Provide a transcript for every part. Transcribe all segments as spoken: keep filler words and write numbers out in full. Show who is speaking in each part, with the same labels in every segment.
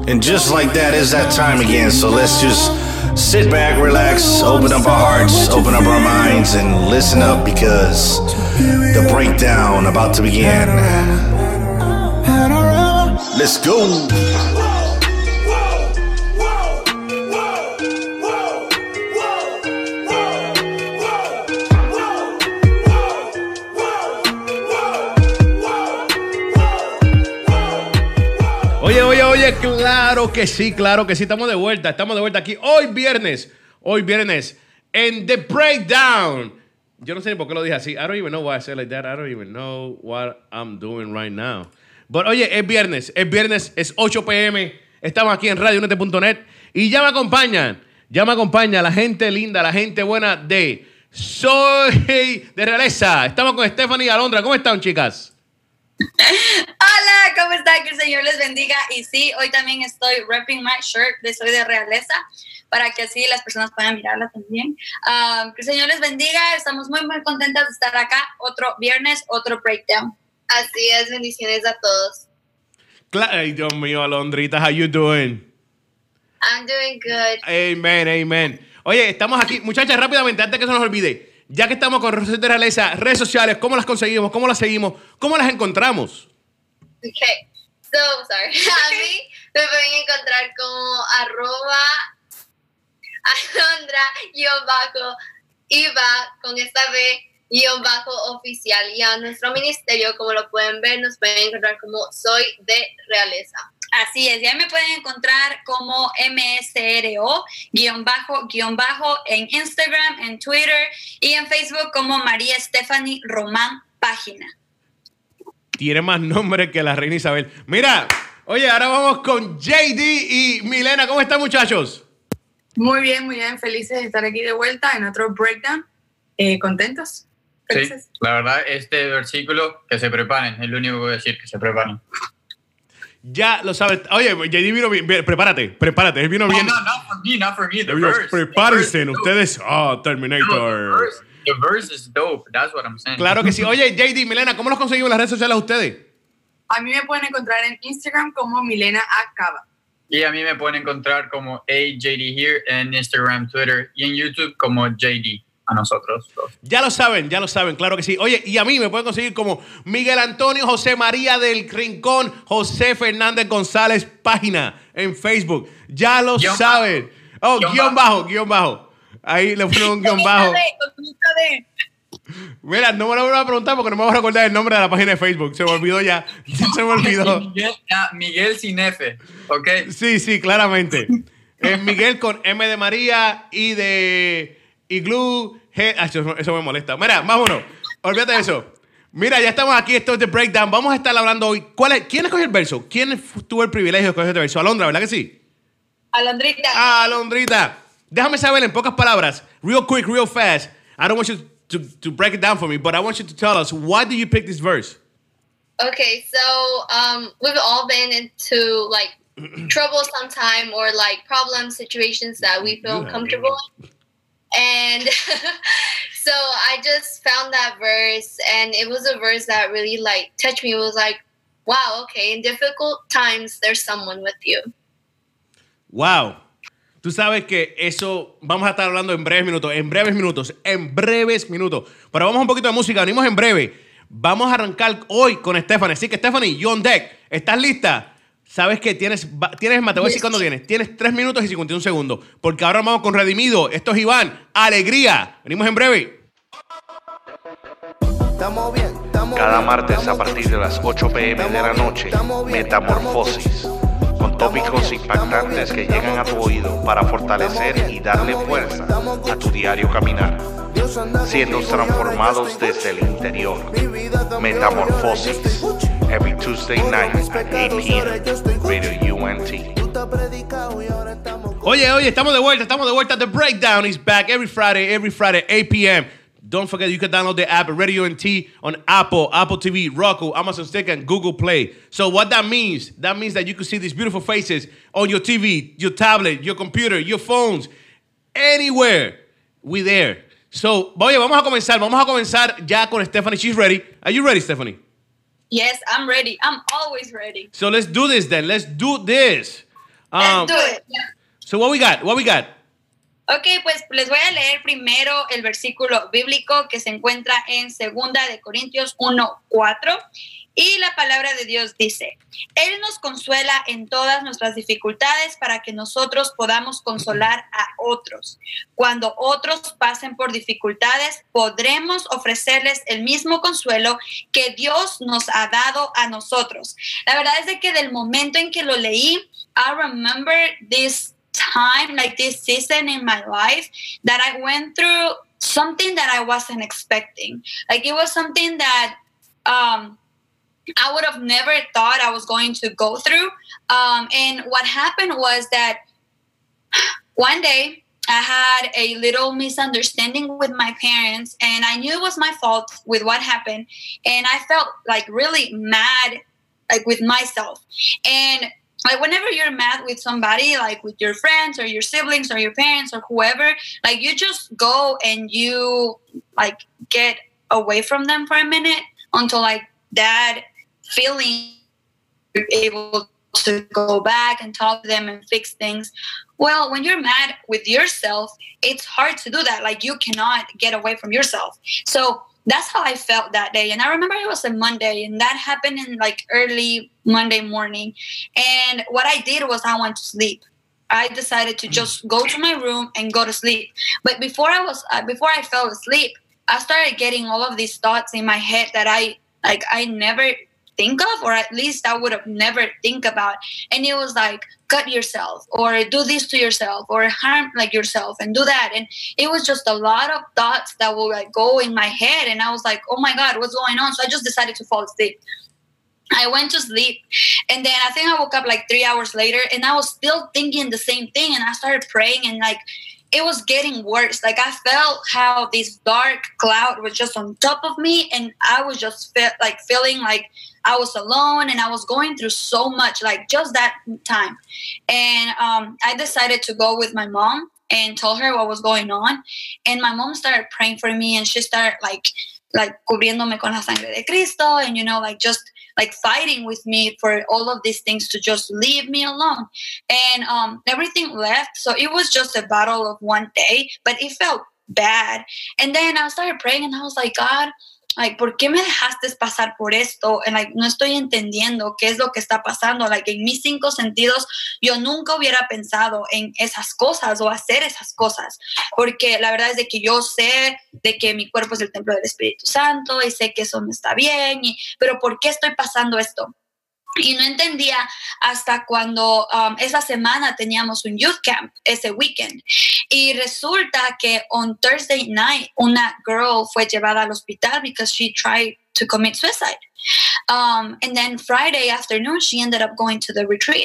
Speaker 1: And just like that, it's that time again. So let's just sit back, relax, open up our hearts, open up our minds, and listen up because the breakdown about to begin. Let's go.
Speaker 2: Oye, oye, oye, claro que sí, claro que sí, estamos de vuelta, estamos de vuelta aquí hoy viernes, hoy viernes, en The Breakdown. Yo no sé ni por qué lo dije así. I don't even know why I said like that. I don't even know what I'm doing right now. But oye, es viernes, es viernes, es ocho p m, estamos aquí en radio unete punto net y ya me acompañan, ya me acompaña la gente linda, la gente buena de Soy de Realeza. Estamos con Stephanie y Alondra. ¿Cómo están, chicas?
Speaker 3: Hola, ¿cómo están? Que el Señor les bendiga. Y sí, hoy también estoy repping my shirt de Soy de Realeza para que así las personas puedan mirarla también. Um, que el Señor les bendiga. Estamos muy, muy contentas de estar acá. Otro viernes, otro breakdown. Así es, bendiciones a todos.
Speaker 2: Ay, Dios mío, Alondrita, how you doing?
Speaker 3: I'm doing good.
Speaker 2: Amen, amen. Oye, estamos aquí. Muchachas, rápidamente, antes que se nos olvide. Ya que estamos con Soy de Realeza, redes sociales, ¿cómo las conseguimos? ¿Cómo las seguimos? ¿Cómo las encontramos?
Speaker 3: Okay, so, sorry. A mí me pueden encontrar como arroba Alondra guión bajo Iva con esta B guión bajo oficial. Y a nuestro ministerio, como lo pueden ver, nos pueden encontrar como Soy de Realeza. Así es, ya me pueden encontrar como M S R O guión bajo guión bajo en Instagram, en Twitter y en Facebook como María Stephanie Román página.
Speaker 2: Tiene más nombre que la reina Isabel. Mira, oye, ahora vamos con J D y Milena. ¿Cómo están, muchachos?
Speaker 4: Muy bien, muy bien. Felices de estar aquí de vuelta en otro breakdown. Eh, ¿Contentos?
Speaker 5: ¿Felices? Sí, la verdad, este versículo, que se preparen. Es lo único que voy a decir, que se preparen.
Speaker 2: Ya lo sabes. Oye, J D vino bien. Prepárate, prepárate. Él vino bien.
Speaker 5: No, no, not for me, not for me. The verse.
Speaker 2: Prepárense,
Speaker 5: the verse
Speaker 2: ustedes. Ah, oh, Terminator.
Speaker 5: No, the, verse, the verse is dope. That's what I'm saying.
Speaker 2: Claro que sí. Oye, J D, Milena, ¿cómo los conseguimos en las redes sociales a ustedes?
Speaker 4: A mí me pueden encontrar en Instagram como Milena Acaba.
Speaker 5: Y a mí me pueden encontrar como A J D Here en Instagram, Twitter y en YouTube como J D. A nosotros dos.
Speaker 2: Ya lo saben, ya lo saben, claro que sí. Oye, y a mí me pueden conseguir como Miguel Antonio José María del Rincón, José Fernández González, página en Facebook. Ya lo guión saben. Bajo. Oh, guión, guión bajo. bajo, guión bajo. Ahí le ponen un guión bajo. Mira, no me lo voy a preguntar porque no me voy a recordar el nombre de la página de Facebook. Se me olvidó ya. Se me olvidó.
Speaker 5: Miguel, Miguel sin F, ¿ok?
Speaker 2: Sí, sí, claramente. Es Miguel con M de María y de Igloo. G. Ah, eso, eso me molesta. Mira, vámonos. Olvídate de eso. Mira, ya estamos aquí. Esto es The Breakdown. Vamos a estar hablando hoy. ¿Cuál es, ¿Quién escogió el verso? ¿Quién tuvo el privilegio de escoger este verso? Alondra, ¿verdad que sí?
Speaker 3: Alondrita.
Speaker 2: Ah, Alondrita. Déjame saber en pocas palabras, real quick, real fast. I don't want you to, to break it down for me, but I want you to tell us, why did you pick this verse?
Speaker 6: Okay, so um, we've all been into like trouble sometime or like problem situations that we feel
Speaker 2: Yeah.
Speaker 6: comfortable in. And so I just found that verse, and it was a verse that really like touched me. It was like, wow, okay, in difficult times, there's someone with you.
Speaker 2: Wow. Tú sabes que eso vamos a estar hablando en breves minutos, en breves minutos, en breves minutos. Pero vamos a un poquito de música, venimos en breve. Vamos a arrancar hoy con Stephanie. Así que Stephanie, you're on deck. ¿Estás lista? Sabes que tienes, tienes, te voy a decir cuándo tienes. Tienes tres minutos y cincuenta y un segundos. Porque ahora vamos con Redimido. Esto es Iván. Alegría. Venimos en breve.
Speaker 1: Cada martes a partir de las ocho p m de la noche, Metamorfosis, con tópicos impactantes que llegan a tu oído para fortalecer y darle fuerza a tu diario caminar, siendo transformados desde el interior. Metamorfosis, every Tuesday night at eight p m, Radio U N T.
Speaker 2: Oye, oye, estamos de vuelta, estamos de vuelta. The Breakdown is back every Friday, every Friday, eight p m Don't forget, you can download the app Radio U N T on Apple, Apple T V, Roku, Amazon Stick, and Google Play. So what that means, that means that you can see these beautiful faces on your T V, your tablet, your computer, your phones, anywhere. We there. So, oye, vamos a comenzar, vamos a comenzar ya con Stephanie. She's ready. Are you ready, Stephanie?
Speaker 3: Yes, I'm ready. I'm always ready.
Speaker 2: So let's do this then. Let's do this. Um,
Speaker 3: Let's do it.
Speaker 2: so what we got? What we got?
Speaker 7: Ok, pues les voy a leer primero el versículo bíblico que se encuentra en segunda de Corintios uno, cuatro. Y la palabra de Dios dice, Él nos consuela en todas nuestras dificultades para que nosotros podamos consolar a otros. Cuando otros pasen por dificultades, podremos ofrecerles el mismo consuelo que Dios nos ha dado a nosotros. La verdad es de que del momento en que lo leí, I remember this time, like this season in my life, that I went through something that I wasn't expecting. Like it was something that um, I would have never thought I was going to go through. Um, and what happened was that one day I had a little misunderstanding with my parents, and I knew it was my fault with what happened. And I felt like really mad, like with myself. And like whenever you're mad with somebody, like with your friends or your siblings or your parents or whoever, like you just go and you like get away from them for a minute until like that feeling you're able to go back and talk to them and fix things. Well, when you're mad with yourself, it's hard to do that. Like you cannot get away from yourself. So that's how I felt that day. And I remember it was a Monday, and that happened in like early Monday morning. And what I did was I went to sleep. I decided to just go to my room and go to sleep. But before I was, uh, before I fell asleep, I started getting all of these thoughts in my head that I, like, I never think of, or at least I would have never think about. And it was like, cut yourself, or do this to yourself, or harm like yourself and do that. And it was just a lot of thoughts that will like go in my head. And I was like, oh my God, what's going on? So I just decided to fall asleep. I went to sleep, and then I think I woke up like three hours later, and I was still thinking the same thing. And I started praying, and like, it was getting worse. Like I felt how this dark cloud was just on top of me, and I was just fe- like feeling like I was alone, and I was going through so much, like just that time. And um, I decided to go with my mom and tell her what was going on. And my mom started praying for me, and she started like, like cubriéndome con la sangre de Cristo, and you know, like just like fighting with me for all of these things to just leave me alone. And um, everything left. So it was just a battle of one day, but it felt bad. And then I started praying, and I was like, God, like, ¿por qué me dejaste pasar por esto? And like, no estoy entendiendo qué es lo que está pasando. Like, en mis cinco sentidos, yo nunca hubiera pensado en esas cosas o hacer esas cosas. Porque la verdad es de que yo sé de que mi cuerpo es el templo del Espíritu Santo y sé que eso no está bien. Y, pero ¿por qué estoy pasando esto? Y no entendía hasta cuando um, esa semana teníamos un youth camp, ese weekend. Y resulta que on Thursday night, una girl fue llevada al hospital because she tried to commit suicide. Um, and then Friday afternoon, she ended up going to the retreat.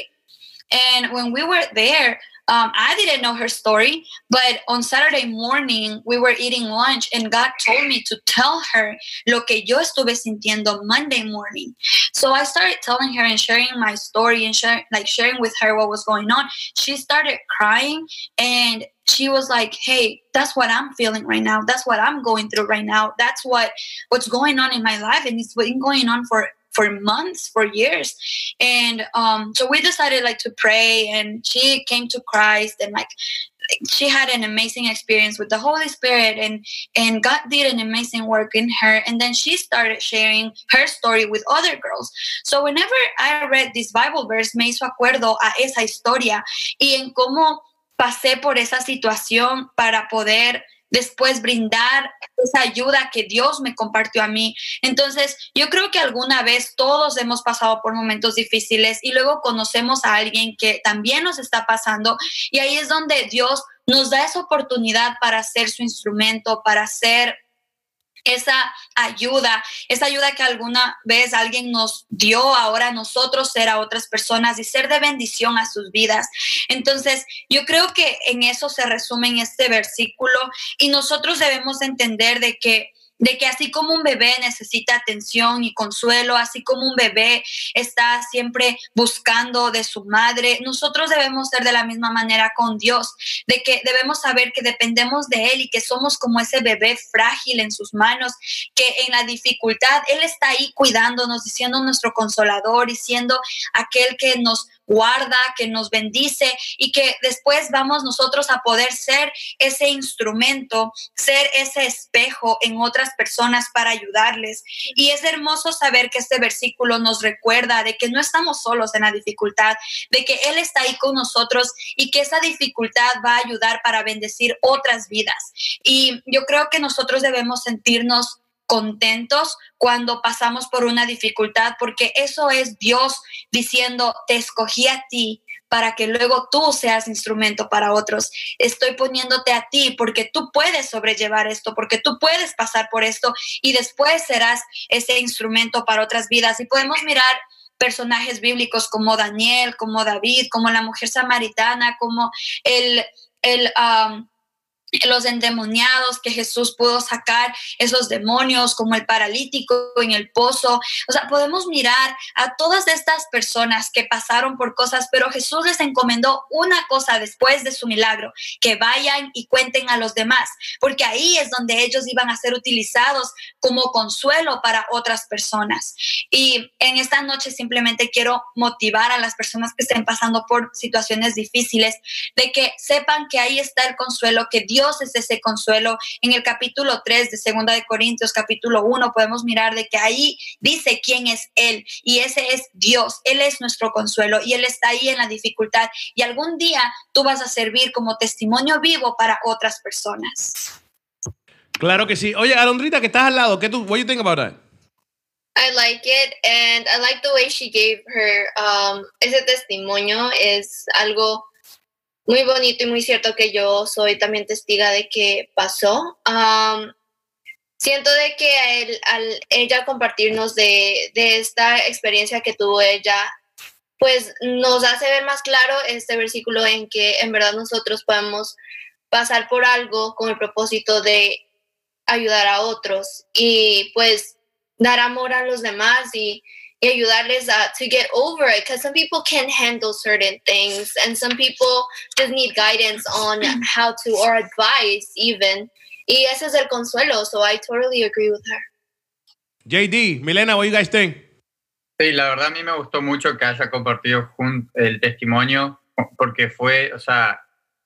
Speaker 7: And when we were there, Um, I didn't know her story, but on Saturday morning, we were eating lunch, and God told me to tell her lo que yo estuve sintiendo Monday morning. So I started telling her and sharing my story and share, like sharing with her what was going on. She started crying, and she was like, hey, that's what I'm feeling right now. That's what I'm going through right now. That's what what's going on in my life, and it's been going on for for months, for years. And um, so we decided like to pray, and she came to Christ, and like she had an amazing experience with the Holy Spirit, and, and God did an amazing work in her. And then she started sharing her story with other girls. So whenever I read this Bible verse, me hizo acuerdo a esa historia y en cómo pasé por esa situación para poder después brindar esa ayuda que Dios me compartió a mí. Entonces, yo creo que alguna vez todos hemos pasado por momentos difíciles y luego conocemos a alguien que también nos está pasando, y ahí es donde Dios nos da esa oportunidad para ser su instrumento, para ser esa ayuda, esa ayuda que alguna vez alguien nos dio, ahora nosotros ser a otras personas y ser de bendición a sus vidas. Entonces, yo creo que en eso se resume en este versículo, y nosotros debemos entender de que de que así como un bebé necesita atención y consuelo, así como un bebé está siempre buscando de su madre, nosotros debemos ser de la misma manera con Dios, de que debemos saber que dependemos de Él y que somos como ese bebé frágil en sus manos, que en la dificultad Él está ahí cuidándonos, siendo nuestro consolador y siendo aquel que nos guarda, que nos bendice y que después vamos nosotros a poder ser ese instrumento, ser ese espejo en otras personas para ayudarles. Y es hermoso saber que este versículo nos recuerda de que no estamos solos en la dificultad, de que Él está ahí con nosotros y que esa dificultad va a ayudar para bendecir otras vidas. Y yo creo que nosotros debemos sentirnos contentos cuando pasamos por una dificultad, porque eso es Dios diciendo, te escogí a ti para que luego tú seas instrumento para otros. Estoy poniéndote a ti porque tú puedes sobrellevar esto, porque tú puedes pasar por esto y después serás ese instrumento para otras vidas. Y podemos mirar personajes bíblicos como Daniel, como David, como la mujer samaritana, como el, el um, los endemoniados que Jesús pudo sacar, esos demonios, como el paralítico en el pozo. O sea, podemos mirar a todas estas personas que pasaron por cosas, pero Jesús les encomendó una cosa después de su milagro, que vayan y cuenten a los demás, porque ahí es donde ellos iban a ser utilizados como consuelo para otras personas. Y en esta noche simplemente quiero motivar a las personas que estén pasando por situaciones difíciles, de que sepan que ahí está el consuelo, que Dios Dios es ese consuelo. En el capítulo tres de Segunda de Corintios, capítulo uno, podemos mirar de que ahí dice quién es Él, y ese es Dios. Él es nuestro consuelo y Él está ahí en la dificultad, y algún día tú vas a servir como testimonio vivo para otras personas.
Speaker 2: Claro que sí. Oye, Alondrita, que estás al lado, ¿qué tú, what do you think about that?
Speaker 6: I like it, and I like the way she gave her um, ese testimonio. Es algo muy bonito y muy cierto que yo soy también testiga de que pasó. Um, siento de que el, al ella compartirnos de, de esta experiencia que tuvo ella, pues nos hace ver más claro este versículo en que en verdad nosotros podemos pasar por algo con el propósito de ayudar a otros y pues dar amor a los demás y y ayudarles a to get over it, because some people can't handle certain things and some people just need guidance on how to, or advice even, y ese es el consuelo. So I totally agree with her.
Speaker 2: J D, Milena, what you guys think?
Speaker 5: Sí, la verdad a mí me gustó mucho que haya compartido el testimonio, porque fue, o sea,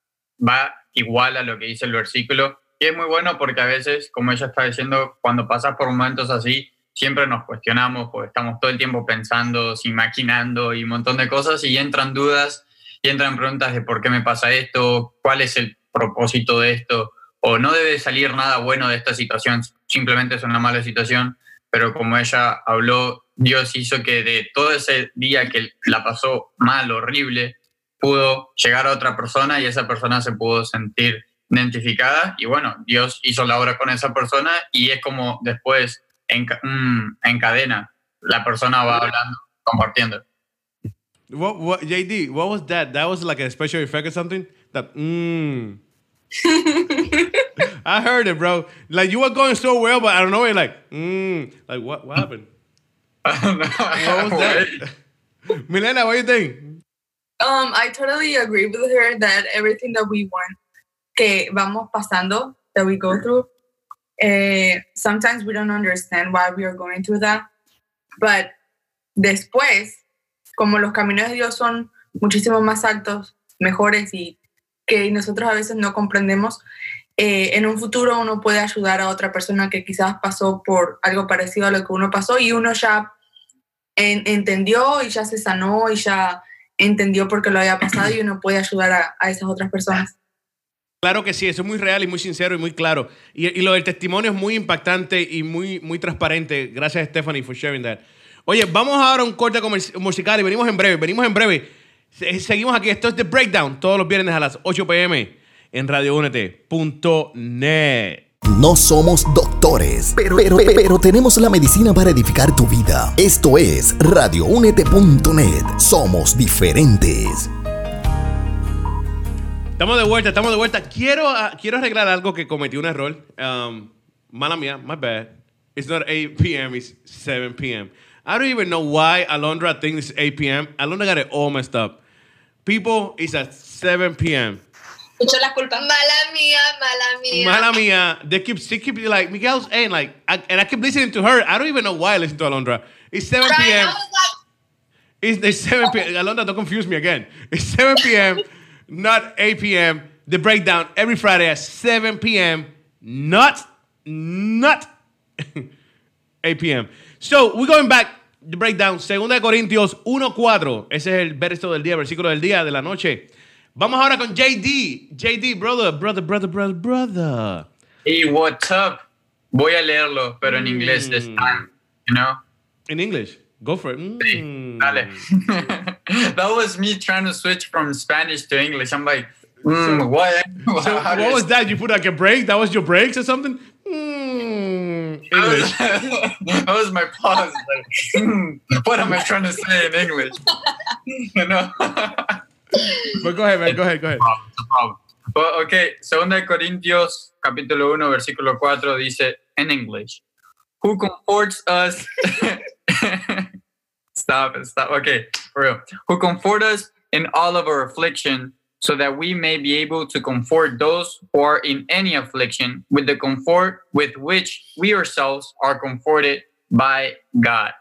Speaker 5: va igual a lo que dice el versículo, y es muy bueno porque a veces, como ella está diciendo, cuando pasas por momentos así, siempre nos cuestionamos, porque estamos todo el tiempo pensando, imaginando y un montón de cosas, y entran dudas y entran preguntas de por qué me pasa esto, cuál es el propósito de esto, o no debe salir nada bueno de esta situación, simplemente es una mala situación. Pero como ella habló, Dios hizo que de todo ese día que la pasó mal, horrible, pudo llegar a otra persona y esa persona se pudo sentir identificada, y bueno, Dios hizo la obra con esa persona y es como después En, mm, en cadena, la persona va hablando, compartiendo.
Speaker 2: What, what, J D, what was that? That was like a special effect or something? That, mm. I heard it, bro. Like, you were going so well, but I don't know, you're like, mm. Like, what, what happened? What was that? Milena, what do you think?
Speaker 4: Um, I totally agree with her that everything that we want, que vamos pasando, that we go through, Uh, sometimes we don't understand why we are going through that, but después, como los caminos de Dios son muchísimo más altos, mejores y que nosotros a veces no comprendemos, eh, en un futuro uno puede ayudar a otra persona que quizás pasó por algo parecido a lo que uno pasó y uno ya en, entendió y ya se sanó y ya entendió por qué lo había pasado y uno puede ayudar a, a esas otras personas.
Speaker 2: Claro que sí, eso es muy real y muy sincero y muy claro. Y, y lo del testimonio es muy impactante y muy, muy transparente. Gracias, Stephanie, for sharing that. Oye, vamos ahora a un corte musical y venimos en breve, venimos en breve. Seguimos aquí, esto es The Breakdown, todos los viernes a las ocho p m en radio únete punto net.
Speaker 8: No somos doctores, pero, pero, pero tenemos la medicina para edificar tu vida. Esto es radio únete punto net. Somos diferentes.
Speaker 2: Estamos de vuelta, estamos de vuelta. Quiero, uh, quiero arreglar algo que cometí un error. Um, mala mía, my bad. It's not eight p m, it's seven p m I don't even know why Alondra thinks it's eight p m Alondra got it all messed up. People, it's at seven p m
Speaker 7: Mucho la culpa.
Speaker 6: Mala mía, mala mía.
Speaker 2: Mala mía. They keep, they keep like, Miguel's saying, like, I, and I keep listening to her. I don't even know why I listen to Alondra. It's seven p m
Speaker 6: Right, I was like,
Speaker 2: It's, it's seven p.m. Alonda, don't confuse me again. It's seven p.m., not eight p.m. The breakdown every Friday at seven p.m., not, not eight p.m. So, we're going back. The breakdown, Segunda de Corintios uno cuatro. Ese es el verso del día, versículo del día, de la noche. Vamos ahora con J D. J D, brother, brother, brother, brother, brother.
Speaker 5: Hey, what's up? Voy a leerlo, pero en inglés this time, you know?
Speaker 2: In English? Go for it. Mm.
Speaker 5: Sí, dale. That was me trying to switch from Spanish to English. I'm like, mm, what?
Speaker 2: So what was that? You put like a break? That was your breaks or something? Mm, English.
Speaker 5: That was my pause. Like, mm, what am I trying to say in English? You know?
Speaker 2: But go ahead, man. Go ahead, go ahead.
Speaker 5: No problem. Well, okay, Segunda de Corintios, capítulo uno, versículo cuatro, dice en English, who comforts us... Stop it, stop. Okay, for real. Who comfort us in all of our affliction, so that we may be able to comfort those who are in any affliction with the comfort with which we ourselves are comforted by God.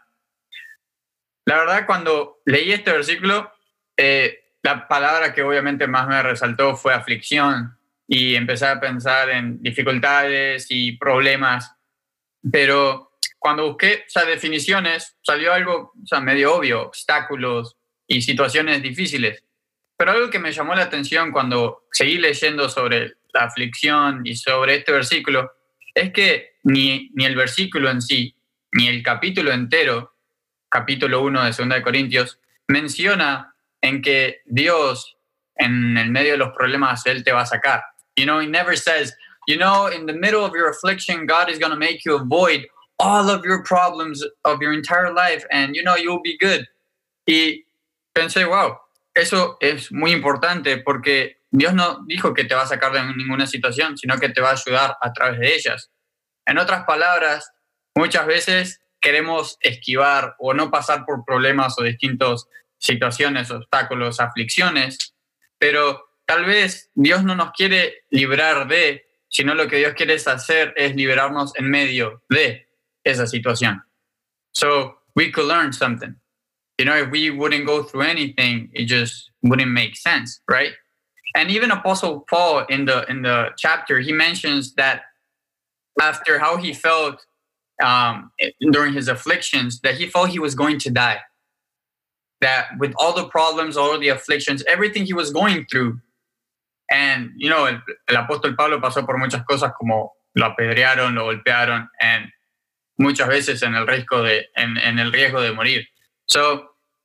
Speaker 5: La verdad, cuando leí este versículo, eh, la palabra que obviamente más me resaltó fue aflicción, y empecé a pensar en dificultades y problemas, pero cuando busqué, o sea, definiciones, salió algo, o sea, medio obvio, obstáculos y situaciones difíciles. Pero algo que me llamó la atención cuando seguí leyendo sobre la aflicción y sobre este versículo es que ni, ni el versículo en sí, ni el capítulo entero, capítulo uno de Segunda de Corintios, menciona en que Dios, en el medio de los problemas, Él te va a sacar. You know, He never says, you know, in the middle of your affliction, God is going to make you avoid all of your problems of your entire life, and you know, you'll be good. Y pensé, wow, eso es muy importante, porque Dios no dijo que te va a sacar de ninguna situación, sino que te va a ayudar a través de ellas. En otras palabras, muchas veces queremos esquivar o no pasar por problemas o distintas situaciones, obstáculos, aflicciones, pero tal vez Dios no nos quiere librar de, sino lo que Dios quiere hacer es liberarnos en medio de esa situación. So we could learn something. You know, if we wouldn't go through anything, it just wouldn't make sense, right? And even Apostle Paul in the in the chapter, he mentions that after how he felt um, during his afflictions, that he felt he was going to die. That with all the problems, all the afflictions, everything he was going through, and you know, el, el apóstol Pablo pasó por muchas cosas, como lo apedrearon, lo golpearon, and muchas veces en el riesgo de en, en el riesgo de morir. So,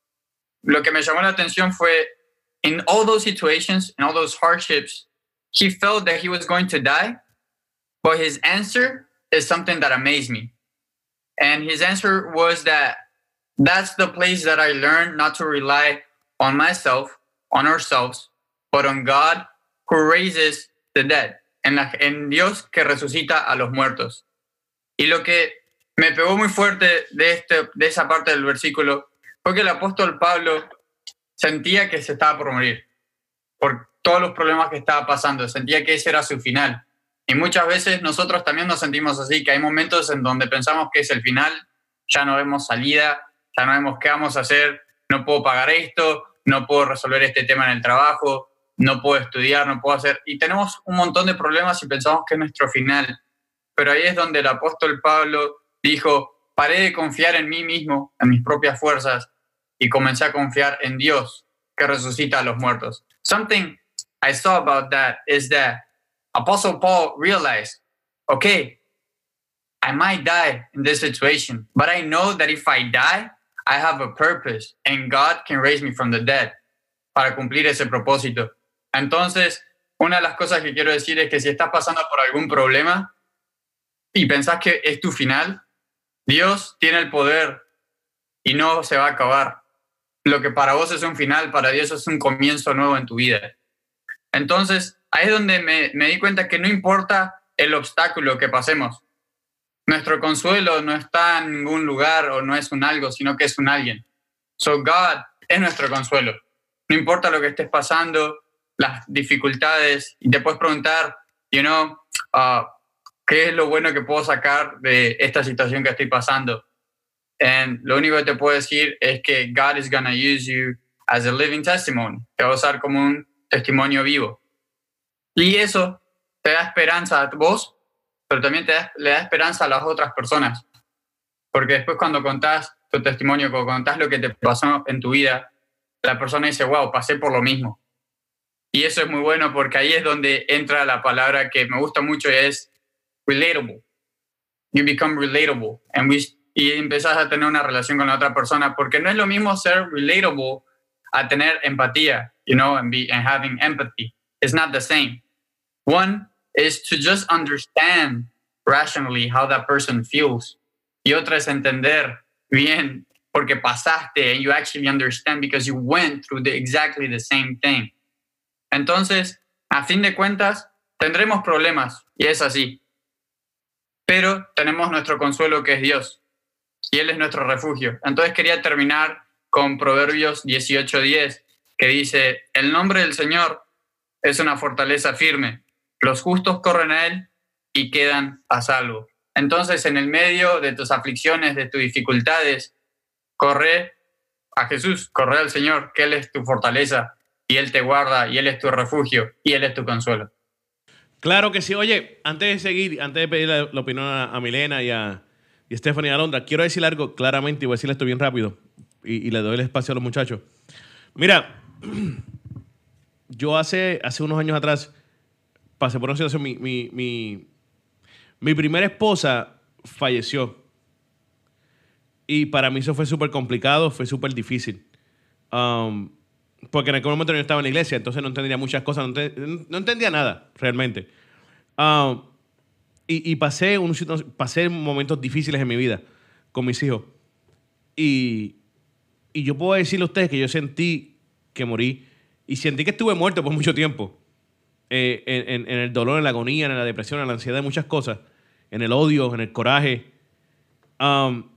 Speaker 5: lo que me llamó la atención fue, in all those situations, in all those hardships, he felt that he was going to die, but his answer is something that amazed me. And his answer was that that's the place that I learned not to rely on myself, on ourselves, but on God who raises the dead, en, la, en Dios que resucita a los muertos. Y lo que me pegó muy fuerte de, este, de esa parte del versículo fue que el apóstol Pablo sentía que se estaba por morir por todos los problemas que estaba pasando, sentía que ese era su final. Y muchas veces nosotros también nos sentimos así, que hay momentos en donde pensamos que es el final, ya no vemos salida, ya no vemos qué vamos a hacer, no puedo pagar esto, no puedo resolver este tema en el trabajo, no puedo estudiar, no puedo hacer... Y tenemos un montón de problemas y pensamos que es nuestro final. Pero ahí es donde el apóstol Pablo dijo, paré de confiar en mí mismo, en mis propias fuerzas, y comencé a confiar en Dios, que resucita a los muertos. Something I saw about that is that Apostle Paul realized, okay, I might die in this situation, but I know that if I die, I have a purpose, and God can raise me from the dead para cumplir ese propósito. Entonces, una de las cosas que quiero decir es que si estás pasando por algún problema y pensás que es tu final, Dios tiene el poder y no se va a acabar. Lo que para vos es un final, para Dios es un comienzo nuevo en tu vida. Entonces, ahí es donde me, me di cuenta que no importa el obstáculo que pasemos. Nuestro consuelo no está en ningún lugar o no es un algo, sino que es un alguien. So God es nuestro consuelo. No importa lo que estés pasando, las dificultades, y te puedes preguntar, you know, uh, ¿qué es lo bueno que puedo sacar de esta situación que estoy pasando? And lo único que te puedo decir es que God is going to use you as a living testimony. Te va a usar como un testimonio vivo. Y eso te da esperanza a vos, pero también te da, le da esperanza a las otras personas. Porque después cuando contás tu testimonio, cuando contás lo que te pasó en tu vida, la persona dice, wow, pasé por lo mismo. Y eso es muy bueno porque ahí es donde entra la palabra que me gusta mucho y es relatable. You become relatable. And we, y empezás a tener una relación con la otra persona porque no es lo mismo ser relatable a tener empatía, you know, and, be, and having empathy. It's not the same. One is to just understand rationally how that person feels. Y otra es entender bien porque pasaste and you actually understand because you went through the, exactly the same thing. Entonces, a fin de cuentas, tendremos problemas y es así. Pero tenemos nuestro consuelo que es Dios y Él es nuestro refugio. Entonces quería terminar con Proverbios dieciocho diez que dice, el nombre del Señor es una fortaleza firme. Los justos corren a Él y quedan a salvo. Entonces, en el medio de tus aflicciones, de tus dificultades, corre a Jesús, corre al Señor, que Él es tu fortaleza y Él te guarda y Él es tu refugio y Él es tu consuelo.
Speaker 2: Claro que sí. Oye, antes de seguir, antes de pedir la, la opinión a, a Milena y a, y a Stephanie y a Alondra, quiero decir algo claramente y voy a decirle esto bien rápido y, y le doy el espacio a los muchachos. Mira, yo hace, hace unos años atrás pasé por una situación, mi, mi, mi, mi primera esposa falleció y para mí eso fue súper complicado, fue súper difícil. Um, porque en aquel momento yo estaba en la iglesia, entonces no entendía muchas cosas, no, te, no entendía nada realmente. Um, y, y pasé, un, pasé momentos difíciles en mi vida con mis hijos. Y, y yo puedo decirle a ustedes que yo sentí que morí y sentí que estuve muerto por mucho tiempo. Eh, en, en, en el dolor, en la agonía, en la depresión, en la ansiedad, en muchas cosas. En el odio, en el coraje. Um,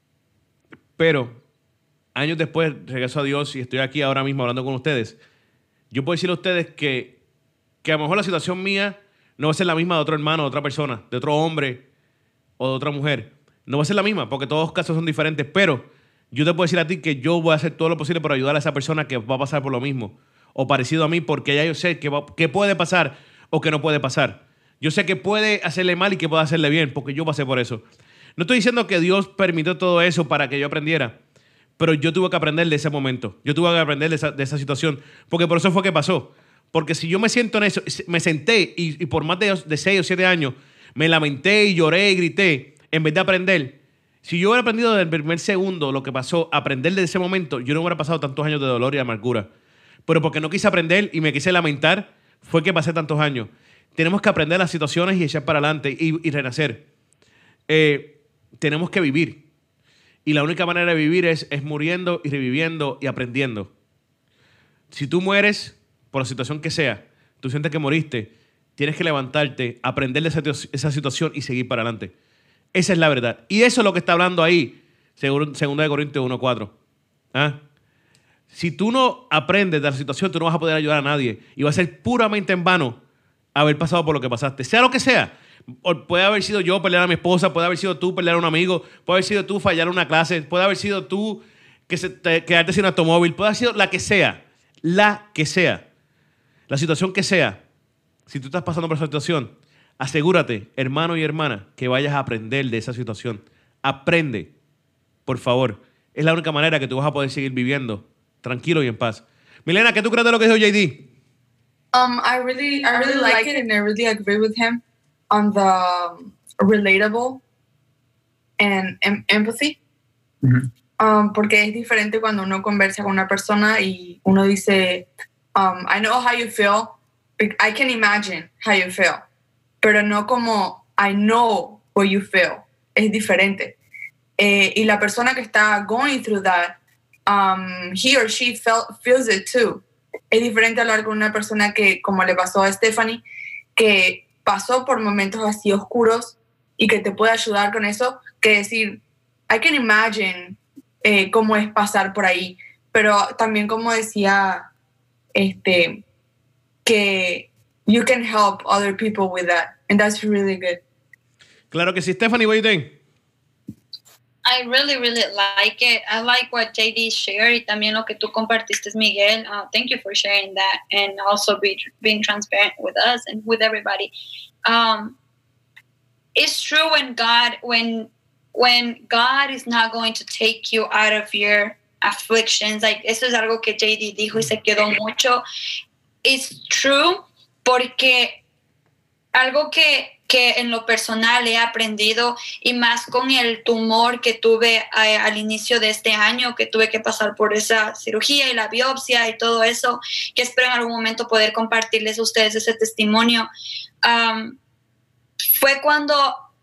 Speaker 2: pero años después regreso a Dios y estoy aquí ahora mismo hablando con ustedes. Yo puedo decirle a ustedes que, que a lo mejor la situación mía no va a ser la misma de otro hermano, de otra persona, de otro hombre o de otra mujer. No va a ser la misma porque todos los casos son diferentes, pero yo te puedo decir a ti que yo voy a hacer todo lo posible para ayudar a esa persona que va a pasar por lo mismo o parecido a mí, porque ya yo sé que, va, que puede pasar o que no puede pasar. Yo sé que puede hacerle mal y que puede hacerle bien, porque yo pasé por eso. No estoy diciendo que Dios permitió todo eso para que yo aprendiera, pero yo tuve que aprender de ese momento. Yo tuve que aprender de esa, de esa situación, porque por eso fue que pasó. Porque si yo me siento en eso, me senté y, y por más de, de seis o siete años me lamenté y lloré y grité, en vez de aprender, si yo hubiera aprendido desde el primer segundo lo que pasó, aprender de ese momento, yo no hubiera pasado tantos años de dolor y amargura. Pero porque no quise aprender y me quise lamentar, fue que pasé tantos años. Tenemos que aprender las situaciones y echar para adelante y, y renacer. Eh, tenemos que vivir. Y la única manera de vivir es, es muriendo y reviviendo y aprendiendo. Si tú mueres, por la situación que sea, tú sientes que moriste, tienes que levantarte, aprender de esa, esa situación y seguir para adelante. Esa es la verdad. Y eso es lo que está hablando ahí, según segunda de Corintios uno cuatro. ¿Ah? Si tú no aprendes de la situación, tú no vas a poder ayudar a nadie. Y va a ser puramente en vano haber pasado por lo que pasaste. Sea lo que sea. Puede haber sido yo pelear a mi esposa, puede haber sido tú pelear a un amigo, puede haber sido tú fallar una clase, puede haber sido tú que se te, quedarte sin automóvil, puede haber sido la que sea. La que sea. La situación que sea. Si tú estás pasando por esa situación, asegúrate, hermano y hermana, que vayas a aprender de esa situación. Aprende, por favor. Es la única manera que tú vas a poder seguir viviendo tranquilo y en paz. Milena, ¿qué tú crees de lo que dijo J D?
Speaker 4: Um, I really, I really like it, and I really agree with him on the um, relatable and em empathy.
Speaker 5: Mm-hmm.
Speaker 4: Um, porque es diferente cuando uno conversa con una persona y uno dice, um, I know how you feel, I can imagine how you feel, pero no como I know what you feel. Es diferente. Eh, y la persona que está going through that, um, he or she felt, feels it too. Es diferente hablar con una persona que, como le pasó a Stephanie, que pasó por momentos así oscuros y que te puede ayudar con eso, que decir, I can imagine eh, cómo es pasar por ahí. Pero también, como decía, este, que you can help other people with that. And that's really good.
Speaker 2: Claro que sí. Stephanie, what do you think?
Speaker 7: I really, really like it. I like what J D shared y también lo que tú compartiste, Miguel. Uh, thank you for sharing that and also be, being transparent with us and with everybody. Um, it's true when God, when when God is not going to take you out of your afflictions. Like, eso es algo que J D dijo y se quedó mucho. It's true porque algo que que en lo personal he aprendido y más con el tumor que tuve eh, al inicio de este año, que tuve que pasar por esa cirugía y la biopsia y todo eso, que espero en algún momento poder compartirles a ustedes ese testimonio. Um, fue cuando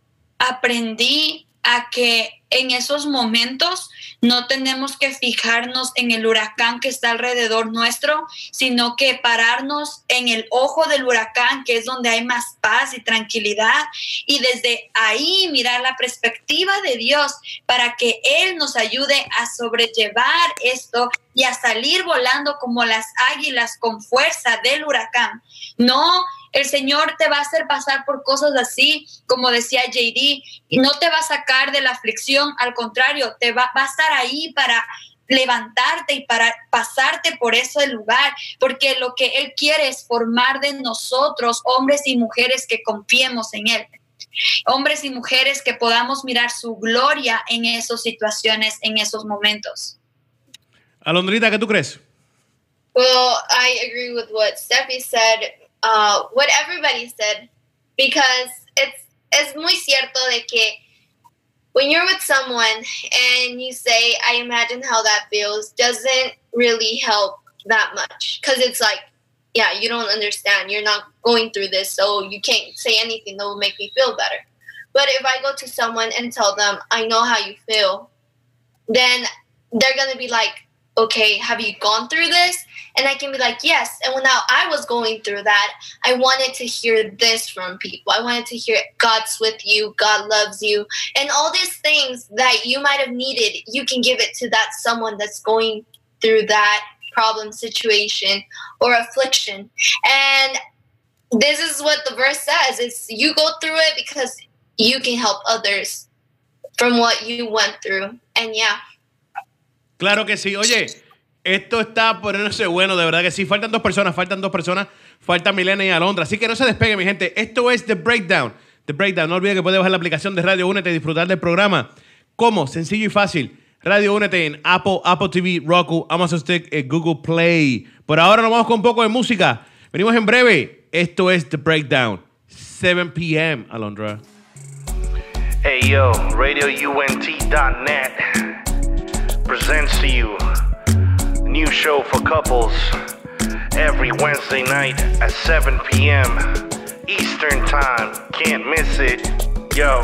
Speaker 7: aprendí a que en esos momentos no tenemos que fijarnos en el huracán que está alrededor nuestro, sino que pararnos en el ojo del huracán, que es donde hay más paz y tranquilidad, y desde ahí mirar la perspectiva de Dios para que Él nos ayude a sobrellevar esto y a salir volando como las águilas con fuerza del huracán. No, el Señor te va a hacer pasar por cosas así, como decía J D, y no te va a sacar de la aflicción, al contrario, te va, va a estar ahí para levantarte y para pasarte por ese lugar, porque lo que Él quiere es formar de nosotros hombres y mujeres que confiemos en Él. Hombres y mujeres que podamos mirar su gloria en esas situaciones, en esos momentos.
Speaker 2: Alondrita, ¿qué tú crees?
Speaker 6: Well, I agree with what Steffi said, uh, what everybody said, because it's es muy cierto de que when you're with someone and you say, I imagine how that feels, doesn't really help that much, because it's like, yeah, you don't understand. You're not going through this, so you can't say anything that will make me feel better. But if I go to someone and tell them, I know how you feel, then they're going to be like, okay, have you gone through this? And I can be like, yes. And when now I was going through that, I wanted to hear this from people. I wanted to hear God's with you, God loves you, and all these things that you might have needed, you can give it to that someone that's going through that problem, situation, or affliction. And this is what the verse says. It's you go through it because you can help others from what you went through. And yeah.
Speaker 2: Claro que sí. Oye, esto está poniéndose bueno, de verdad que sí. Faltan dos personas, faltan dos personas. Falta Milena y Alondra. Así que no se despegue, mi gente. Esto es The Breakdown. The Breakdown. No olvide que puede bajar la aplicación de Radio Únete y disfrutar del programa. ¿Cómo? Sencillo y fácil. Radio Únete en Apple, Apple T V, Roku, Amazon Stick, y Google Play. Por ahora nos vamos con un poco de música. Venimos en breve. Esto es The Breakdown. seven p.m. Alondra.
Speaker 1: Hey yo, radio U N T dot net presents to you a new show for couples every Wednesday night at seven p.m. Eastern Time. Can't miss it. Yo,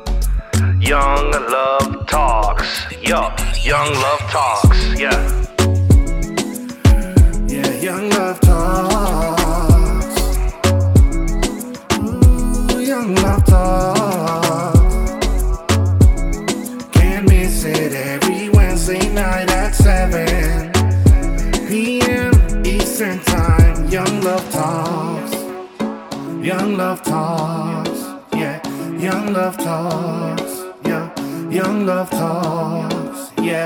Speaker 1: Young Love Talks. Yo, Young Love Talks. Yeah.
Speaker 9: Yeah, Young Love Talks. Ooh, Young Love Talks. Can't miss it every Wednesday night at seven p.m. Eastern Time. Young Love Talks. Young Love Talks. Yeah, Young Love Talks. Yeah, Young Love Talks. Yeah.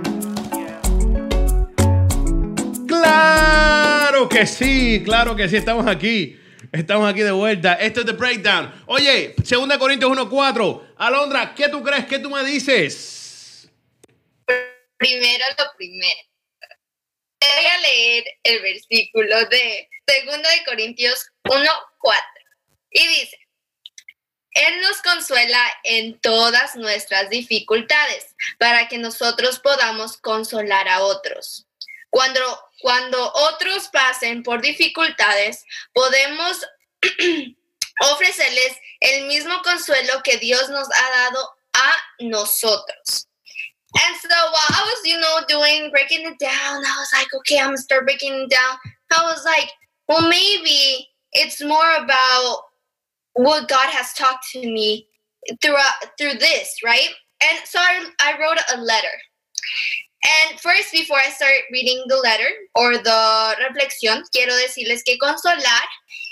Speaker 2: Claro que sí, claro que sí. Estamos aquí. Estamos aquí de vuelta. Esto es The Breakdown. Oye, segunda Corintios uno cuatro. Alondra, ¿qué tú crees? ¿Qué tú me dices?
Speaker 6: Primero lo primero. Voy a leer el versículo de segunda de Corintios uno cuatro. Y dice, Él nos consuela en todas nuestras dificultades, para que nosotros podamos consolar a otros. Cuando, cuando otros pasen por dificultades, podemos ofrecerles el mismo consuelo que Dios nos ha dado a nosotros. And so while I was, you know, doing, breaking it down, I was like, okay, I'm going to start breaking it down. I was like, well, maybe it's more about what God has talked to me throughout, through this, right? And so I, I wrote a letter. And first, before I start reading the letter or the reflexión, quiero decirles que consolar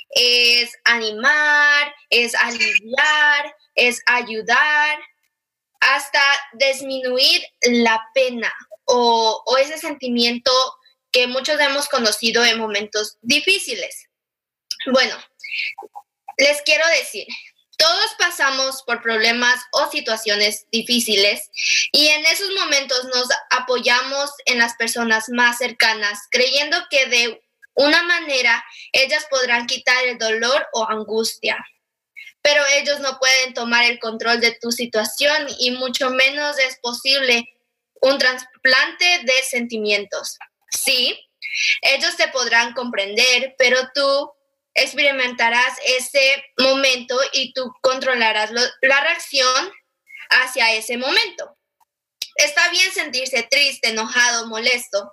Speaker 6: es animar, es aliviar, es ayudar. hasta disminuir la pena o, o ese sentimiento que muchos hemos conocido en momentos difíciles. Bueno, les quiero decir, todos pasamos por problemas o situaciones difíciles y en esos momentos nos apoyamos en las personas más cercanas, creyendo que de una manera ellas podrán quitar el dolor o angustia. Pero ellos no pueden tomar el control de tu situación y mucho menos es posible un trasplante de sentimientos. Sí, ellos te podrán comprender, pero tú experimentarás ese momento y tú controlarás lo, la reacción hacia ese momento. Está bien sentirse triste, enojado, molesto.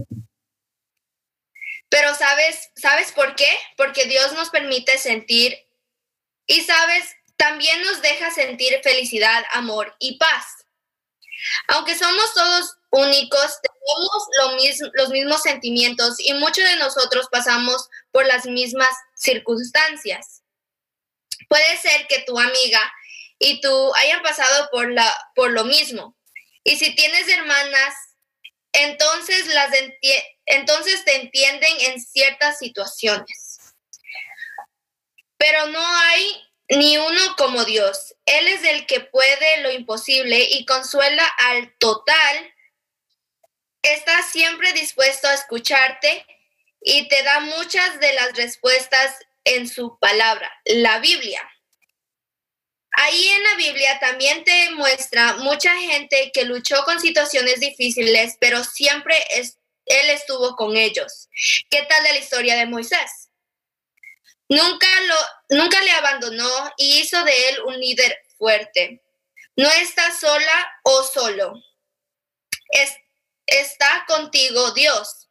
Speaker 6: Pero ¿sabes, ¿sabes por qué? Porque Dios nos permite sentir y, ¿sabes? También nos deja sentir felicidad, amor y paz. Aunque somos todos únicos, tenemos lo mismo, los mismos sentimientos y muchos de nosotros pasamos por las mismas circunstancias. Puede ser que tu amiga y tú hayan pasado por, la, por lo mismo. Y si tienes hermanas, entonces, las enti- entonces te entienden en ciertas situaciones. Pero no hay ni uno como Dios. Él es el que puede lo imposible y consuela al total. Está siempre dispuesto a escucharte y te da muchas de las respuestas en su palabra, la Biblia. Ahí en la Biblia también te muestra mucha gente que luchó con situaciones difíciles, pero siempre es, Él estuvo con ellos. ¿Qué tal de la historia de Moisés? Nunca, lo, nunca le abandonó y hizo de él un líder fuerte. No está sola o solo. Es, está contigo Dios.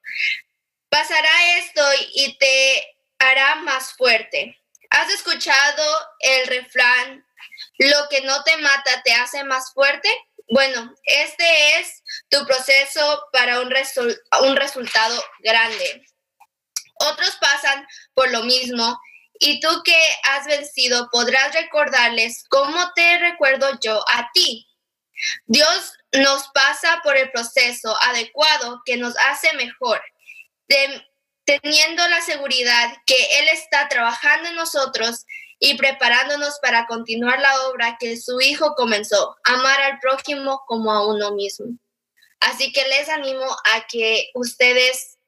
Speaker 6: Pasará esto y te hará más fuerte. ¿Has escuchado el refrán, lo que no te mata te hace más fuerte? Bueno, este es tu proceso para un, resu- un resultado grande. Otros pasan por lo mismo y tú que has vencido podrás recordarles cómo te recuerdo yo a ti. Dios nos pasa por el proceso adecuado que nos hace mejor, de, teniendo la seguridad que Él está trabajando en nosotros y preparándonos para continuar la obra que su Hijo comenzó, amar al prójimo como a uno mismo. Así que les animo a que ustedes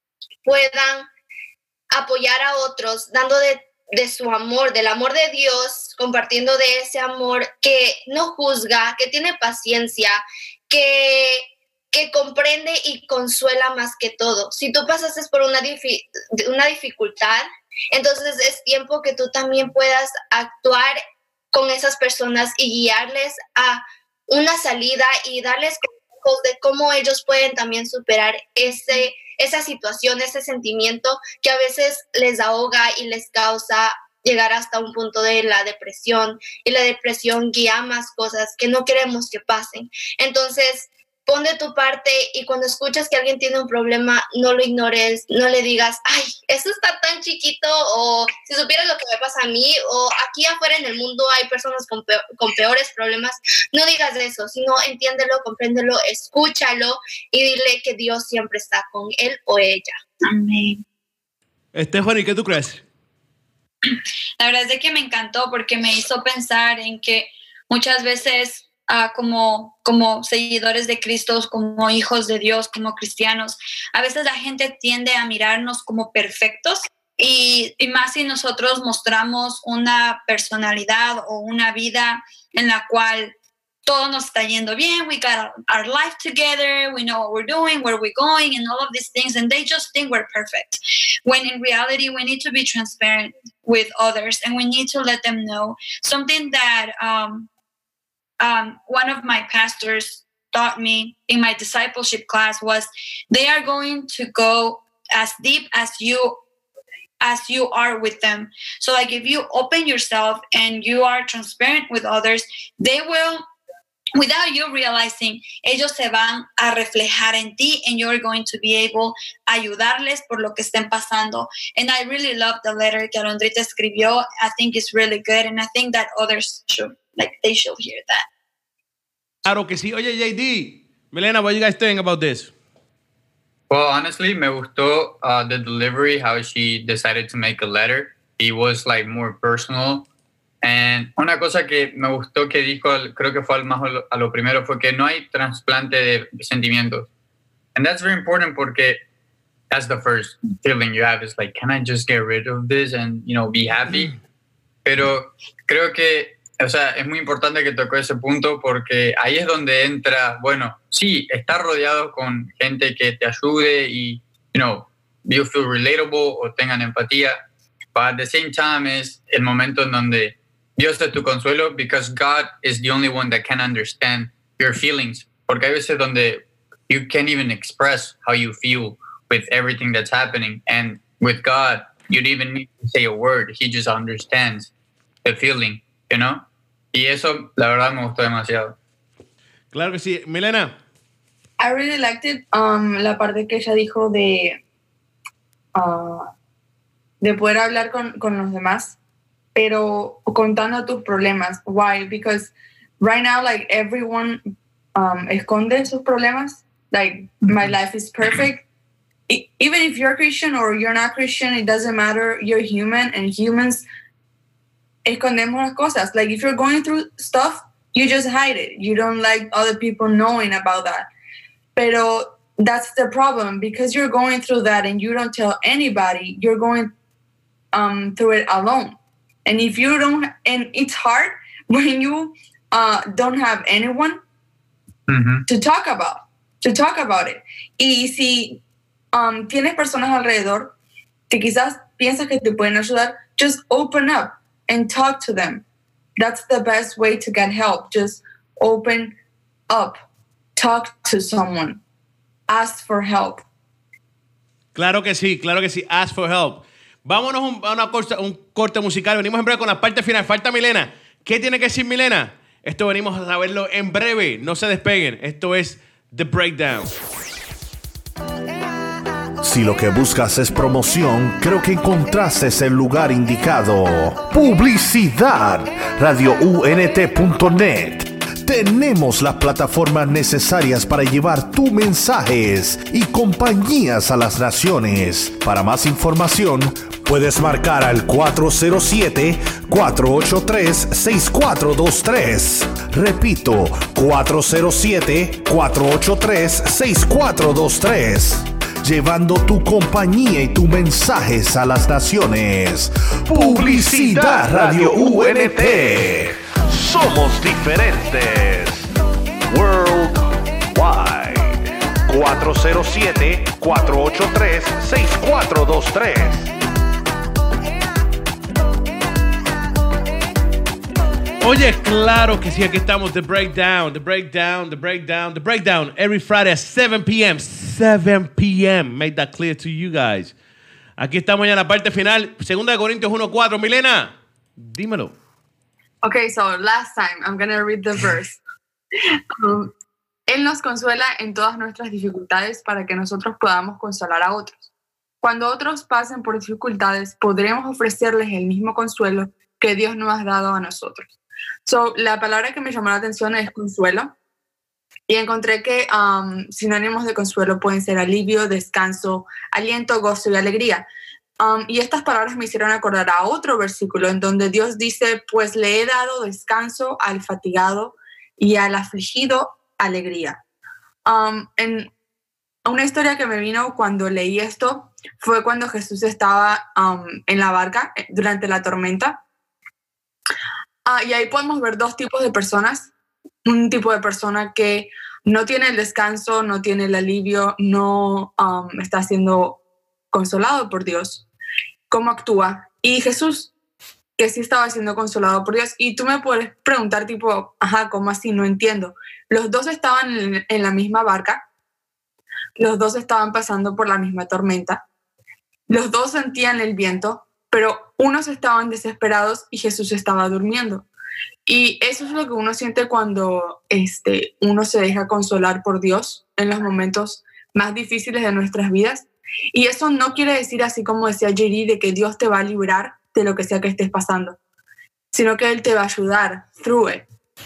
Speaker 6: puedan apoyar a otros, dando de, de su amor, del amor de Dios, compartiendo de ese amor que no juzga, que tiene paciencia, que, que comprende y consuela más que todo. Si tú pasaste por una, difi- una dificultad, entonces es tiempo que tú también puedas actuar con esas personas y guiarles a una salida y darles consejos de cómo ellos pueden también superar ese esa situación, ese sentimiento que a veces les ahoga y les causa llegar hasta un punto de la depresión, y la depresión guía más cosas que no queremos que pasen. Entonces, pon de tu parte y cuando escuchas que alguien tiene un problema, no lo ignores, no le digas, ay, eso está tan chiquito, o si supieras lo que me pasa a mí, o aquí afuera en el mundo hay personas con, peor, con peores problemas. No digas eso, sino entiéndelo, compréndelo, escúchalo y dile que Dios siempre está con él o ella.
Speaker 7: Amén.
Speaker 2: Stephanie, ¿qué tú crees?
Speaker 7: La verdad es de que me encantó porque me hizo pensar en que muchas veces Uh, como, como seguidores de Cristo, como hijos de Dios, como cristianos, a veces la gente tiende a mirarnos como perfectos y, y más si nosotros mostramos una personalidad o una vida en la cual todo nos está yendo bien, we got our life together, we know what we're doing, where we're going, and all of these things, and they just think we're perfect. When in reality, we need to be transparent with others, and we need to let them know something that um, Um, one of my pastors taught me in my discipleship class was they are going to go as deep as you as you are with them. So like if you open yourself and you are transparent with others, they will, without you realizing, ellos se van a reflejar en ti and you're going to be able a ayudarles por lo que estén pasando. And I really love the letter que Alondrita escribió. I think it's really good and I think that others should, like, they should hear that.
Speaker 2: Claro que sí. Oye, J D, Milena, what you guys think about this?
Speaker 5: Well, honestly, me gustó uh, the delivery, how she decided to make a letter. It was like more personal. And una cosa que me gustó que dijo, creo que fue al más a lo primero, fue que no hay trasplante de sentimientos. And that's very important porque that's the first feeling you have is like, can I just get rid of this and, you know, be happy? Pero creo que, o sea, es muy importante que tocó ese punto porque ahí es donde entra, bueno, sí, estar rodeado con gente que te ayude y, you know, you feel relatable o tengan empatía. But at the same time es el momento en donde Dios es tu consuelo because God is the only one that can understand your feelings. Porque hay veces donde you can't even express how you feel with everything that's happening. And with God, you don't even need to say a word. He just understands the feeling, you know? Y eso, la verdad, me gustó demasiado.
Speaker 2: Claro que sí. Milena.
Speaker 4: I really liked it. Um, la parte que ella dijo de, uh, de poder hablar con, con los demás, pero contando tus problemas. Why? Because right now, like, everyone um, esconde sus problemas. Like, my life is perfect. Even if you're Christian or you're not Christian, it doesn't matter. You're human, and humans escondemos las cosas. Like, if you're going through stuff, you just hide it. You don't like other people knowing about that. Pero that's the problem, because you're going through that and you don't tell anybody. You're going um, through it alone. And if you don't, and it's hard when you uh, don't have anyone mm-hmm. to talk about, to talk about it. Y si um, tienes personas alrededor que quizás piensas que te pueden ayudar, just open up and talk to them. That's the best way to get help. Just open up. Talk to someone. Ask for help.
Speaker 2: Claro que sí, claro que sí. Ask for help. Vámonos un, a una corte, un corte musical. Venimos en breve con la parte final. Falta Milena. ¿Qué tiene que decir Milena? Esto venimos a saberlo en breve. No se despeguen. Esto es The Breakdown.
Speaker 8: Si lo que buscas es promoción, creo que encontraste el lugar indicado. Publicidad. Radio U N T punto net. Tenemos las plataformas necesarias para llevar tus mensajes y compañías a las naciones. Para más información, puedes marcar al cuatro cero siete, cuatro ocho tres, seis cuatro dos tres. Repito, cuatro cero siete, cuatro ocho tres, seis cuatro dos tres. Llevando tu compañía y tus mensajes a las naciones. Publicidad Radio U N T.
Speaker 1: Somos diferentes. Worldwide. cuatro cero siete, cuatro ocho tres, seis cuatro dos tres.
Speaker 2: Oye, claro que sí, aquí estamos. The Breakdown, The Breakdown, The Breakdown, The Breakdown. Every Friday at seven p.m. seven p.m. Make that clear to you guys. Aquí estamos ya en la parte final. Segunda de Corintios uno cuatro. Milena, dímelo.
Speaker 4: Okay, so last time I'm going to read the verse. Um, Él nos consuela en todas nuestras dificultades para que nosotros podamos consolar a otros. Cuando otros pasen por dificultades, podremos ofrecerles el mismo consuelo que Dios nos ha dado a nosotros. So, la palabra que me llamó la atención es consuelo. Y encontré que um, sinónimos de consuelo pueden ser alivio, descanso, aliento, gozo y alegría. Um, y estas palabras me hicieron acordar a otro versículo en donde Dios dice, pues le he dado descanso al fatigado y al afligido alegría. Um, en una historia que me vino cuando leí esto fue cuando Jesús estaba um, en la barca durante la tormenta. Uh, y ahí podemos ver dos tipos de personas. Un tipo de persona que no tiene el descanso, no tiene el alivio, no um, está siendo consolado por Dios. ¿Cómo actúa? Y Jesús, que sí estaba siendo consolado por Dios. Y tú me puedes preguntar tipo, ajá, ¿cómo así? No entiendo. Los dos estaban en, en la misma barca. Los dos estaban pasando por la misma tormenta. Los dos sentían el viento, pero unos estaban desesperados y Jesús estaba durmiendo. Y eso es lo que uno siente cuando este, uno se deja consolar por Dios en los momentos más difíciles de nuestras vidas. Y eso no quiere decir, así como decía Jerry, de que Dios te va a librar de lo que sea que estés pasando, sino que Él te va a ayudar through it.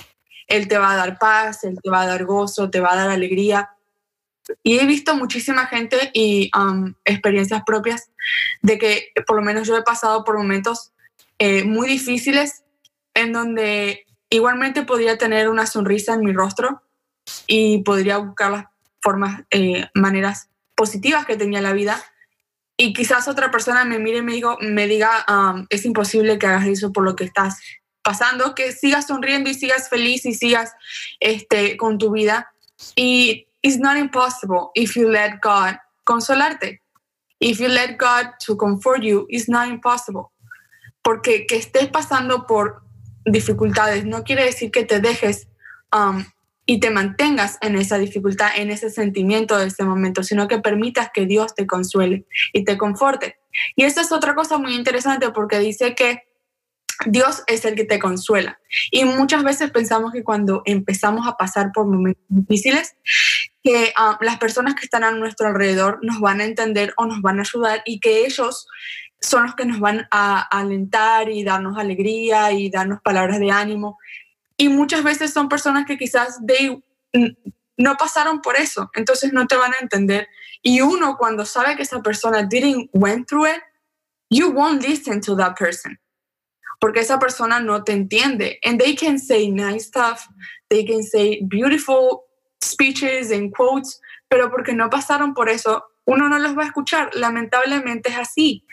Speaker 4: Él te va a dar paz, Él te va a dar gozo, te va a dar alegría. Y he visto muchísima gente y um, experiencias propias de que por lo menos yo he pasado por momentos eh, muy difíciles en donde igualmente podría tener una sonrisa en mi rostro y podría buscar las formas, eh, maneras positivas que tenía la vida. Y quizás otra persona me mire y me, digo, me diga, um, es imposible que hagas eso por lo que estás pasando, que sigas sonriendo y sigas feliz y sigas este, con tu vida. Y it's not impossible if you let God consolarte. If you let God to comfort you, it's not impossible. Porque que estés pasando por dificultades no quiere decir que te dejes um, y te mantengas en esa dificultad, en ese sentimiento de ese momento, sino que permitas que Dios te consuele y te conforte. Y esa es otra cosa muy interesante porque dice que Dios es el que te consuela. Y muchas veces pensamos que cuando empezamos a pasar por momentos difíciles, que um, las personas que están a nuestro alrededor nos van a entender o nos van a ayudar y que ellos son los que nos van a alentar y darnos alegría y darnos palabras de ánimo. Y muchas veces son personas que quizás they, no pasaron por eso, entonces no te van a entender. Y uno cuando sabe que esa persona didn't went through it, you won't listen to that person. Porque esa persona no te entiende. And they can say nice stuff, they can say beautiful speeches and quotes, pero porque no pasaron por eso, uno no los va a escuchar. Lamentablemente es así.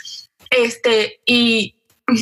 Speaker 4: Este, y,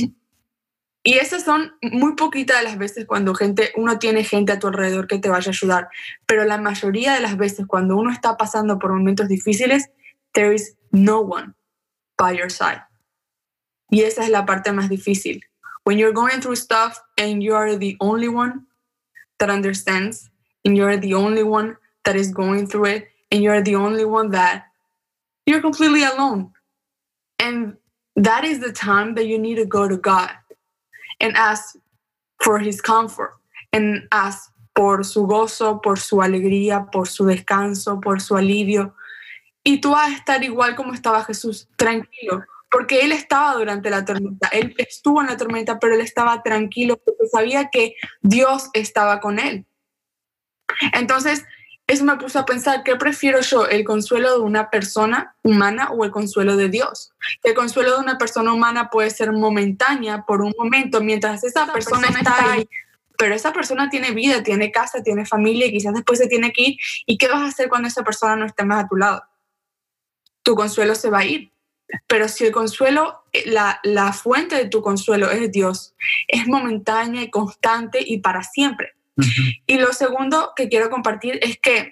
Speaker 4: y esas son muy poquitas de las veces cuando gente, uno tiene gente a tu alrededor que te vaya a ayudar. Pero la mayoría de las veces cuando uno está pasando por momentos difíciles, there is no one by your side. Y esa es la parte más difícil. When you're going through stuff and you are the only one that understands, and you're the only one that is going through it, and you're the only one that you're completely alone. And that is the time that you need to go to God and ask for His comfort, and ask por su gozo, por su alegría, por su descanso, por su alivio. Y tú vas a estar igual como estaba Jesús, tranquilo. Porque él estaba durante la tormenta, él estuvo en la tormenta, pero él estaba tranquilo porque sabía que Dios estaba con él. Entonces, eso me puso a pensar, ¿qué prefiero yo? ¿El consuelo de una persona humana o el consuelo de Dios? El consuelo de una persona humana puede ser momentánea por un momento, mientras esa, esa persona, persona está ahí, pero esa persona tiene vida, tiene casa, tiene familia y quizás después se tiene que ir. ¿Y qué vas a hacer cuando esa persona no esté más a tu lado? Tu consuelo se va a ir. Pero si el consuelo, la, la fuente de tu consuelo es Dios, es momentánea y constante y para siempre. Uh-huh. Y lo segundo que quiero compartir es que,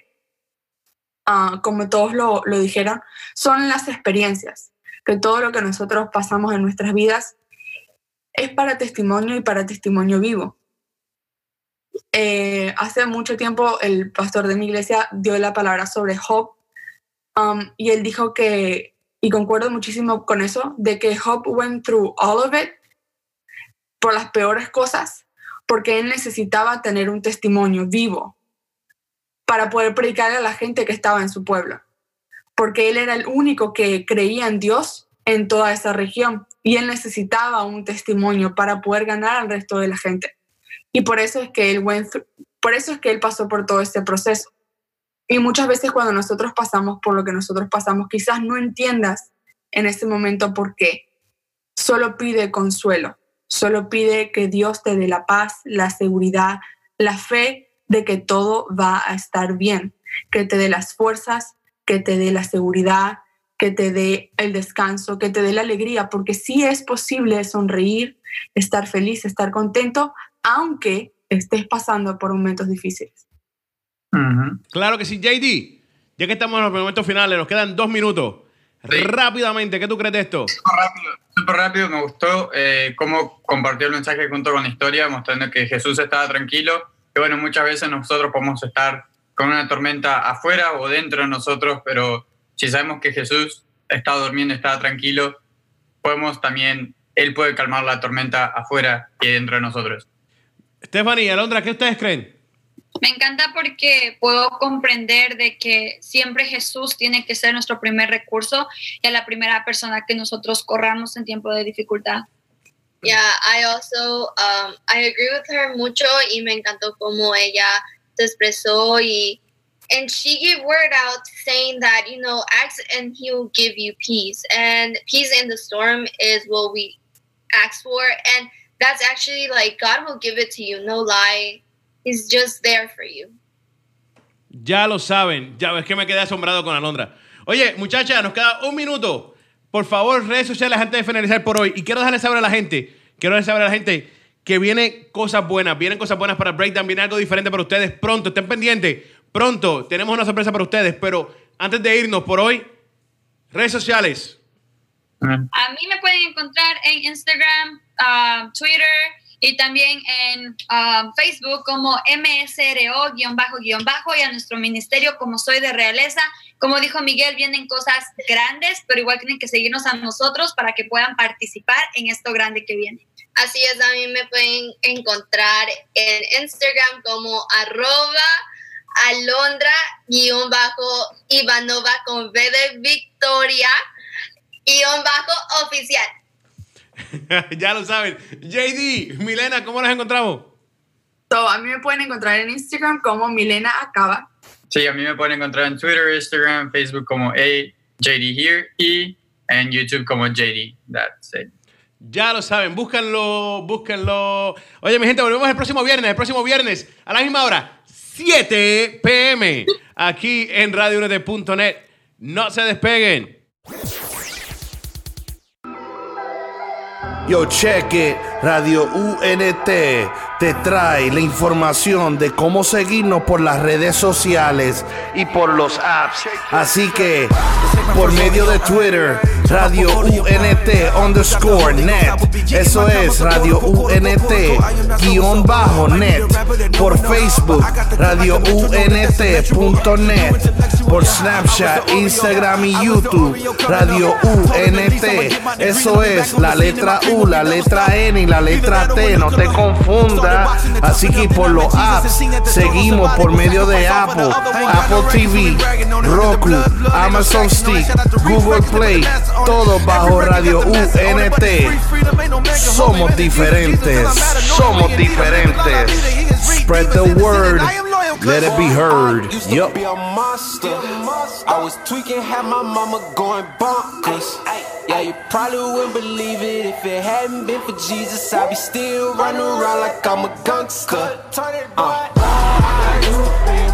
Speaker 4: uh, como todos lo, lo dijeron, son las experiencias, que todo lo que nosotros pasamos en nuestras vidas es para testimonio y para testimonio vivo. Eh, hace mucho tiempo el pastor de mi iglesia dio la palabra sobre Job, um, y él dijo que, y concuerdo muchísimo con eso, de que Job went through all of it por las peores cosas, porque él necesitaba tener un testimonio vivo para poder predicarle a la gente que estaba en su pueblo, porque él era el único que creía en Dios en toda esa región y él necesitaba un testimonio para poder ganar al resto de la gente. Y por eso es que él went through, por eso es que él pasó por todo este proceso. Y muchas veces cuando nosotros pasamos por lo que nosotros pasamos, quizás no entiendas en ese momento por qué. Solo pide consuelo. Solo pide que Dios te dé la paz, la seguridad, la fe de que todo va a estar bien. Que te dé las fuerzas, que te dé la seguridad, que te dé el descanso, que te dé la alegría. Porque sí es posible sonreír, estar feliz, estar contento, aunque estés pasando por momentos difíciles.
Speaker 2: Uh-huh. Claro que sí. J D, ya que estamos en los momentos finales, nos quedan dos minutos. Sí. Rápidamente, ¿qué tú crees de esto?
Speaker 5: Súper rápido, súper rápido. Me gustó eh, cómo compartió el mensaje junto con la historia, mostrando que Jesús estaba tranquilo. Que bueno, muchas veces nosotros podemos estar con una tormenta afuera o dentro de nosotros, pero si sabemos que Jesús estaba durmiendo, estaba tranquilo, podemos también, Él puede calmar la tormenta afuera y dentro de nosotros.
Speaker 2: Stephanie, Alondra, ¿qué ustedes creen?
Speaker 7: Me encanta porque puedo comprender de que siempre Jesús tiene que ser nuestro primer recurso y a la primera persona que nosotros corramos en tiempo de dificultad.
Speaker 6: Yeah, I also, um, I agree with her mucho y me encantó como ella se expresó y and she gave word out saying that, you know, ask and he'll give you peace. And peace in the storm is what we ask for. And that's actually like, God will give it to you, no lie. He's just there for you.
Speaker 2: Ya lo saben. Ya es que me quedé asombrado con Alondra. Oye, muchacha, nos queda un minuto. Por favor, redes sociales antes de finalizar por hoy. Y quiero dejarles saber a la gente, quiero dejarles saber a la gente que vienen cosas buenas, vienen cosas buenas para Breakdown, viene algo diferente para ustedes pronto. Estén pendientes. Pronto tenemos una sorpresa para ustedes, pero antes de irnos por hoy, redes sociales.
Speaker 7: A mí me pueden encontrar en Instagram, uh, Twitter y también en uh, Facebook como M S R O guión bajo guión bajo y a nuestro ministerio como Soy de Realeza. Como dijo Miguel, vienen cosas grandes, pero igual tienen que seguirnos a nosotros para que puedan participar en esto grande que viene.
Speaker 6: Así es, a mí me pueden encontrar en Instagram como arroba Alondra guión bajo Ivanova con V de Victoria guión bajo oficial.
Speaker 2: Ya lo saben. J D, Milena, ¿cómo nos encontramos?
Speaker 4: So, a mí me pueden encontrar en Instagram como Milena Acaba.
Speaker 5: Sí, a mí me pueden encontrar en Twitter, Instagram, Facebook como A J D Here y en YouTube como J D. That's it.
Speaker 2: Ya lo saben, búscanlo, búscanlo. Oye, mi gente, volvemos el próximo viernes, el próximo viernes a la misma hora, siete p m aquí en radio u n t punto net. No se despeguen.
Speaker 8: Yo, check it, Radio U N T te trae la información de cómo seguirnos por las redes sociales y por los apps. Así que, por medio de Twitter, Radio U N T underscore net. Eso es Radio U N T guión bajo net. Por Facebook, Radio U N T punto net. Por Snapchat, Instagram y YouTube, Radio U N T. Eso es la letra U, la letra N y la letra T. No te confundas. Así que por los apps seguimos por medio de Apple, Apple T V, Roku, Amazon Stick, Google Play, todo bajo Radio U N T. Somos diferentes, somos diferentes. Spread the word, let it be heard. Yup.
Speaker 10: I was tweaking, had my mama going bonkers. Yeah, you probably wouldn't believe it if it hadn't been for Jesus. I'd be still running around like I'm a gangster. Uh.